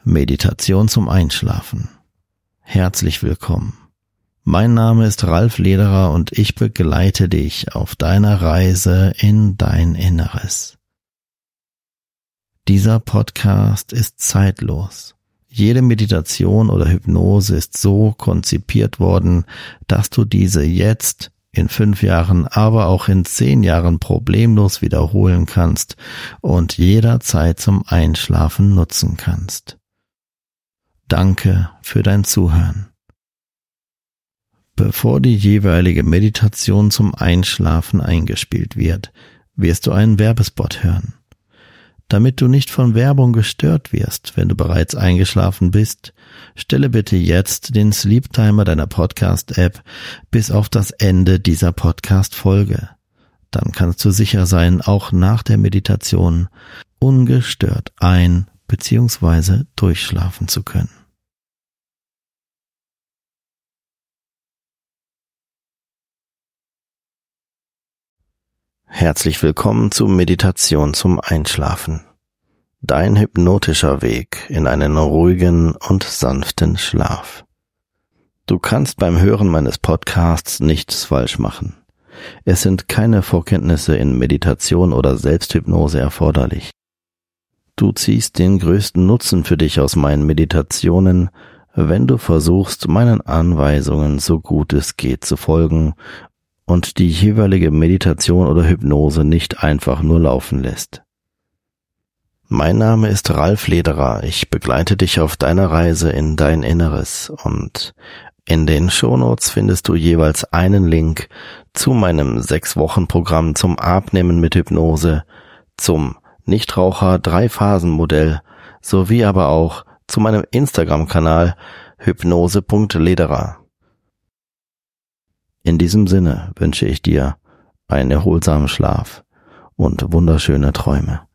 Meditation zum Einschlafen. Herzlich willkommen. Mein Name ist Ralf Lederer und ich begleite dich auf deiner Reise in dein Inneres. Dieser Podcast ist zeitlos. Jede Meditation oder Hypnose ist so konzipiert worden, dass du diese jetzt in 5 Jahren, aber auch in 10 Jahren problemlos wiederholen kannst und jederzeit zum Einschlafen nutzen kannst. Danke für dein Zuhören. Bevor die jeweilige Meditation zum Einschlafen eingespielt wird, wirst du einen Werbespot hören. Damit du nicht von Werbung gestört wirst, wenn du bereits eingeschlafen bist, stelle bitte jetzt den Sleep Timer deiner Podcast-App bis auf das Ende dieser Podcast-Folge. Dann kannst du sicher sein, auch nach der Meditation ungestört ein- bzw. durchschlafen zu können. Herzlich willkommen zur Meditation zum Einschlafen. Dein hypnotischer Weg in einen ruhigen und sanften Schlaf. Du kannst beim Hören meines Podcasts nichts falsch machen. Es sind keine Vorkenntnisse in Meditation oder Selbsthypnose erforderlich. Du ziehst den größten Nutzen für dich aus meinen Meditationen, wenn du versuchst, meinen Anweisungen so gut es geht zu folgen und die jeweilige Meditation oder Hypnose nicht einfach nur laufen lässt. Mein Name ist Ralf Lederer, ich begleite dich auf deiner Reise in dein Inneres und in den Shownotes findest du jeweils einen Link zu meinem 6-Wochen-Programm zum Abnehmen mit Hypnose, zum Nichtraucher-3-Phasen-Modell sowie aber auch zu meinem Instagram-Kanal hypnose.lederer. In diesem Sinne wünsche ich dir einen erholsamen Schlaf und wunderschöne Träume.